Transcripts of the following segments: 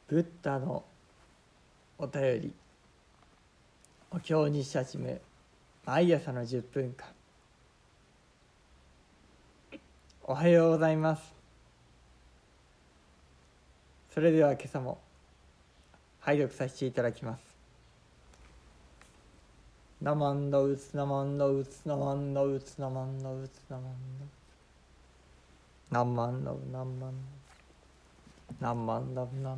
ブッダのお便り。お経に親しむ毎朝の10分間。おはようございます。それでは今朝も拝読させていただきます。ナマンダウツナマンダウツナマンダウツナマンダウツナマンダウツナマンダウナマンダウナマンダウナマンダウ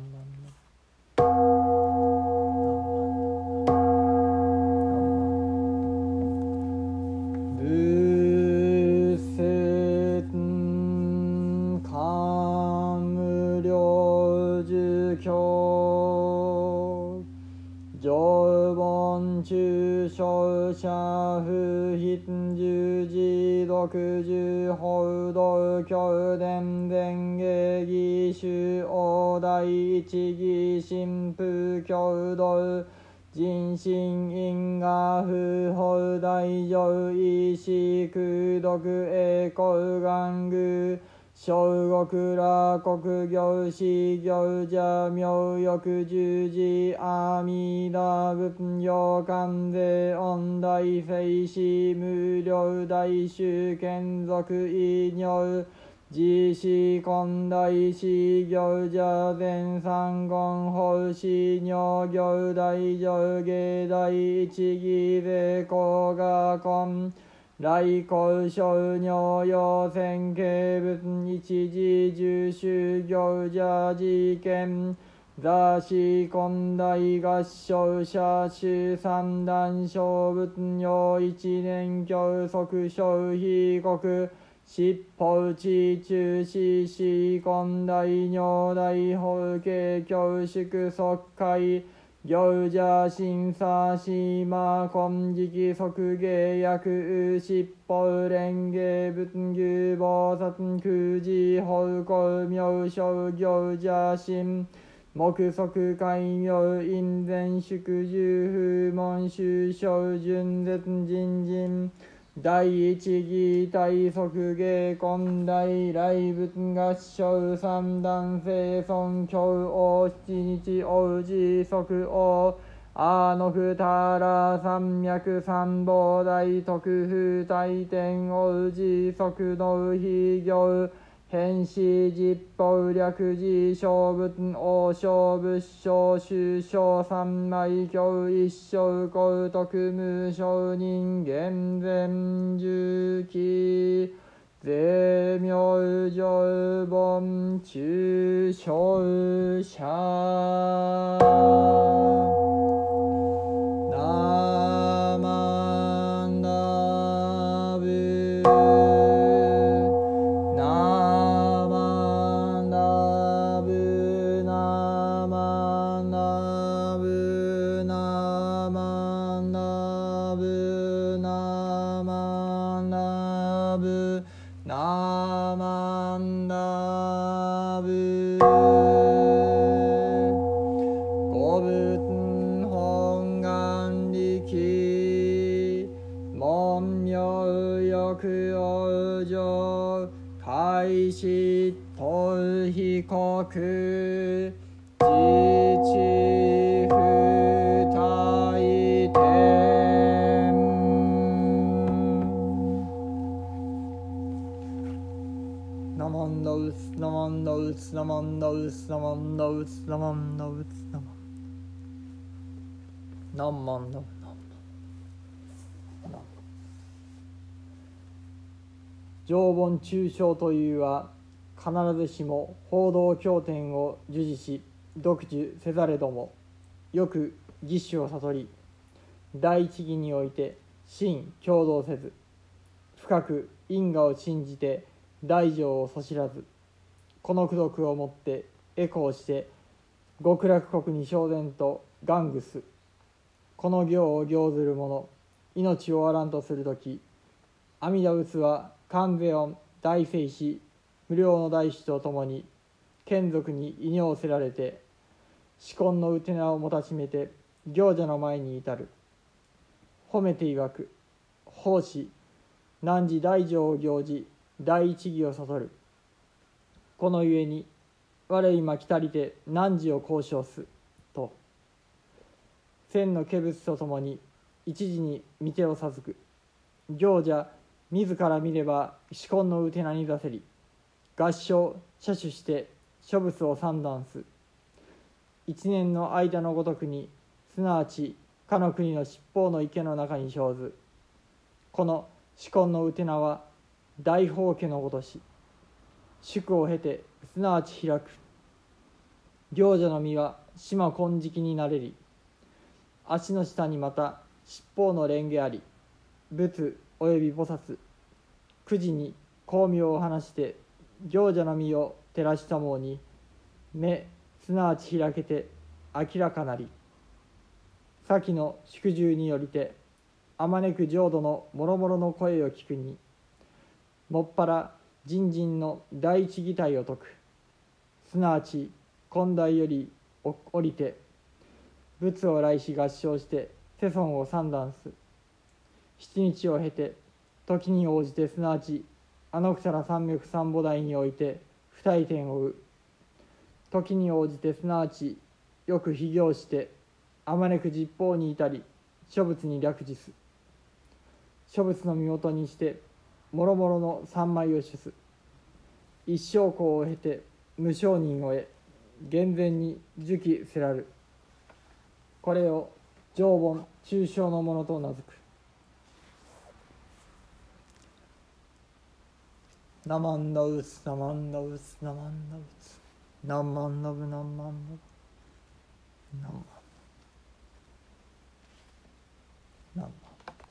常盆中小者不筆十字独十法道教伝前下義主王大一義神父教道人心因果不法大乗意識空毒栄光願具小極羅国行死行者妙欲十字阿弥陀仏行観世音大聖子無量大衆眷属異尿自死根大死行者全三言法死尿行大上下大一義税公が根来光小尿用線形物一時十種行者事件雑誌根大合唱者主三段小仏尿一年教則小被告七宝地中死死根大尿大法慶教祝即会行者審査シマ根直即芸薬七宝蓮華仏牛菩薩空寺法公妙正行者心目即戒妙因前祝十不問修正順絶人人第一義大即芸根大来仏合唱三段生尊教王七日王子即王阿の二ら三脈三宝大特不大天王子即の非行変死実法略寺小仏王小仏小宗小三昧教一生公徳無上人間前重機税妙上本中小者ナマンダブナマンダブナマンダブナマンダブナマンダブナマンダブ五仏本願力門妙欲往生開始等被告自治不大天ナマンダウツナマンダウツナマンダウツナマンダウツナマンダウツナマンナマンダウ常盆中小というは必ずしも報道経典を授事し読受せざれどもよく義手を悟り第一義において真共同せず深く因果を信じて大乗をそしらずこの功徳をもって回向して極楽国に昇然と願具すこの行を行ずる者命を終わらんとするとき阿弥陀仏は観世音大聖子無量の大師とともに眷属に異尿せられて至根のうてなをもたしめて行者の前に至る褒めて曰く奉仕汝大乗を行じ第一義を悟るこのゆえに我今来たりて汝を交渉すと千の化物とともに一時に見手を授く。行者自ら見れば至根のうてなに出せり、合唱射手して諸物を三段す。一年の間のごとくに、すなわちかの国の七宝の池の中に生ず。この至根のうてなは大宝家のごとし、宿を経てすなわち開く。行者の身は島金色になれり、足の下にまた七宝の蓮華あり、仏および菩薩九時に光明を放して行者の身を照らしたもうに、目すなわち開けて明らかなり、先の祝従によりてあまねく浄土のもろもろの声を聞くに、もっぱら人人の第一義体を説く。すなわち根大より降りて仏を来し合唱して世尊を三段す。七日を経て時に応じてすなわちあの草ら三脈三菩提において不退転を追う。時に応じてすなわちよく非行してあまねく実法に至り諸仏に略示す。諸仏の身元にしてもろもろの三昧を主す。一生功を経て無承認を得厳然に受記せらる。これを上品中小のものと名付く。ナマンダウスナマンダウスナマンダウスナンマンダブナンマンダブナンマンナンマン。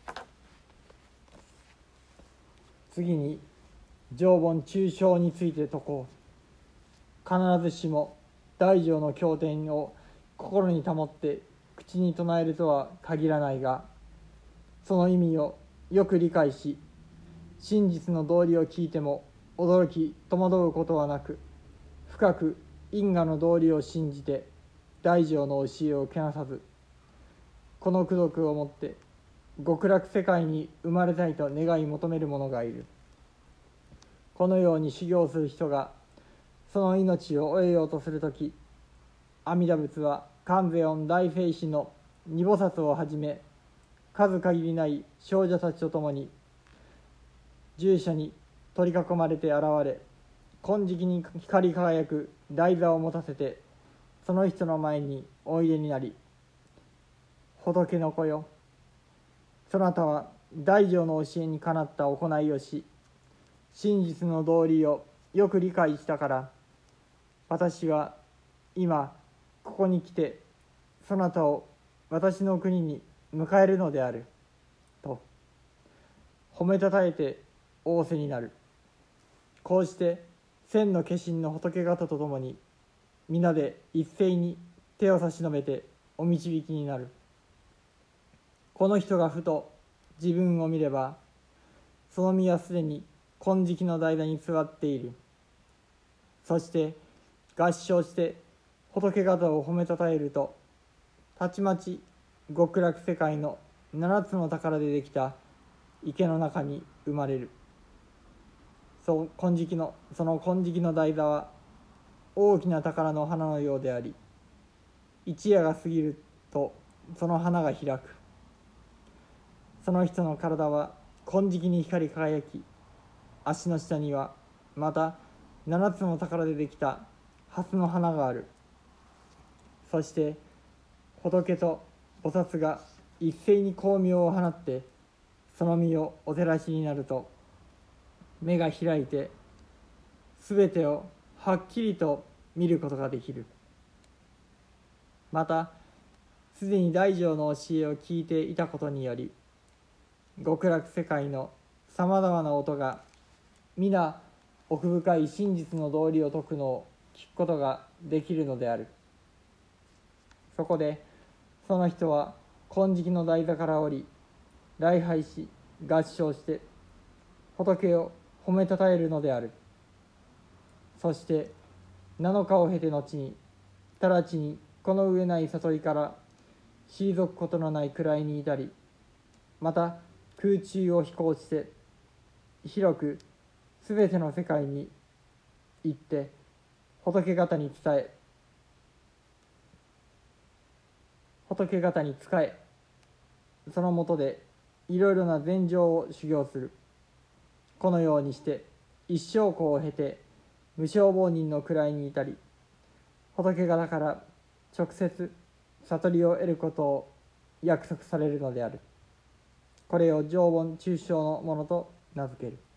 次に上品中小について説こう。必ずしも大乗の経典を心に保って口に唱えるとは限らないが、その意味をよく理解し、真実の道理を聞いても驚き戸惑うことはなく、深く因果の道理を信じて大乗の教えをけなさず、この功徳をもって極楽世界に生まれたいと願い求める者がいる。このように修行する人がその命を終えようとするとき、阿弥陀仏は観世音大聖師の二菩薩をはじめ数限りない少女たちと共に従者に取り囲まれて現れ、金色に光り輝く台座を持たせてその人の前においでになり、仏の子よ、そなたは大乗の教えにかなった行いをし、真実の道理をよく理解したから、私は今ここに来てそなたを私の国に迎えるのであると褒めたたえて仰せになる。こうして千の化身の仏方とともに皆で一斉に手を差し伸べてお導きになる。この人がふと自分を見れば、その身はすでに金色の台座に座っている。そして合唱して仏方を褒めたたえると、たちまち極楽世界の7つの宝でできた池の中に生まれる。その金色の台座は大きな宝の花のようであり、一夜が過ぎるとその花が開く。その人の体は金色に光り輝き、足の下にはまた7つの宝でできた蓮の花がある。そして仏と菩薩が一斉に光明を放ってその身をお照らしになると、目が開いてすべてをはっきりと見ることができる。またすでに大乗の教えを聞いていたことにより、極楽世界のさまざまな音が皆奥深い真実の道理を説くのを聞くことができるのである。そこでその人は金色の台座から降り、礼拝し合唱して仏を褒めたたえるのである。そして7日を経て後に直ちにこの上ない悟りから退くことのない位に至り、また空中を飛行して広くすべての世界に行って仏方に伝え、仏方に仕え、その下でいろいろな禅定を修行する。このようにして一生功を経て無償亡人の位に至り、仏方から直接悟りを得ることを約束されるのである。これを上品中生のものと名付ける。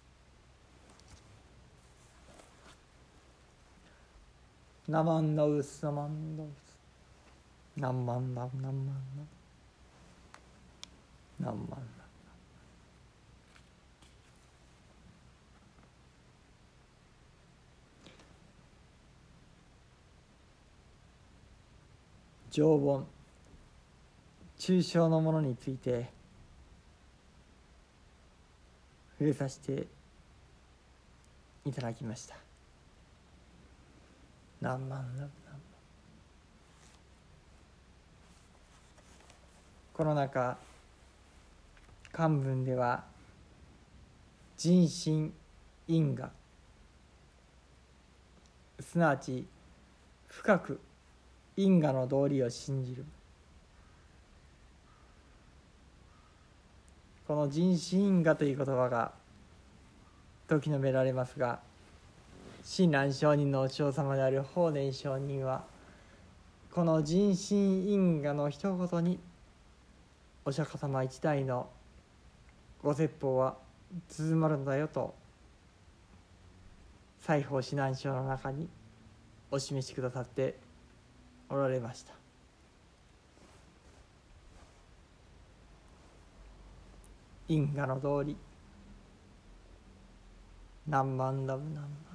ナマンダウスナマンダウスナンマンダウナンマンダナンマンダウ。上品中生のものについて触れさせていただきました。何万何万。この中漢文では人心因果、すなわち深く因果の道理を信じる、この人心因果という言葉が時述べられますが、親鸞上人のお嬢様である法然上人はこの人心因果の一言にお釈迦様一代のご説法は包まるのだよと西方指南書の中にお示しくださっておられました。因果の道理、何万ダブ何万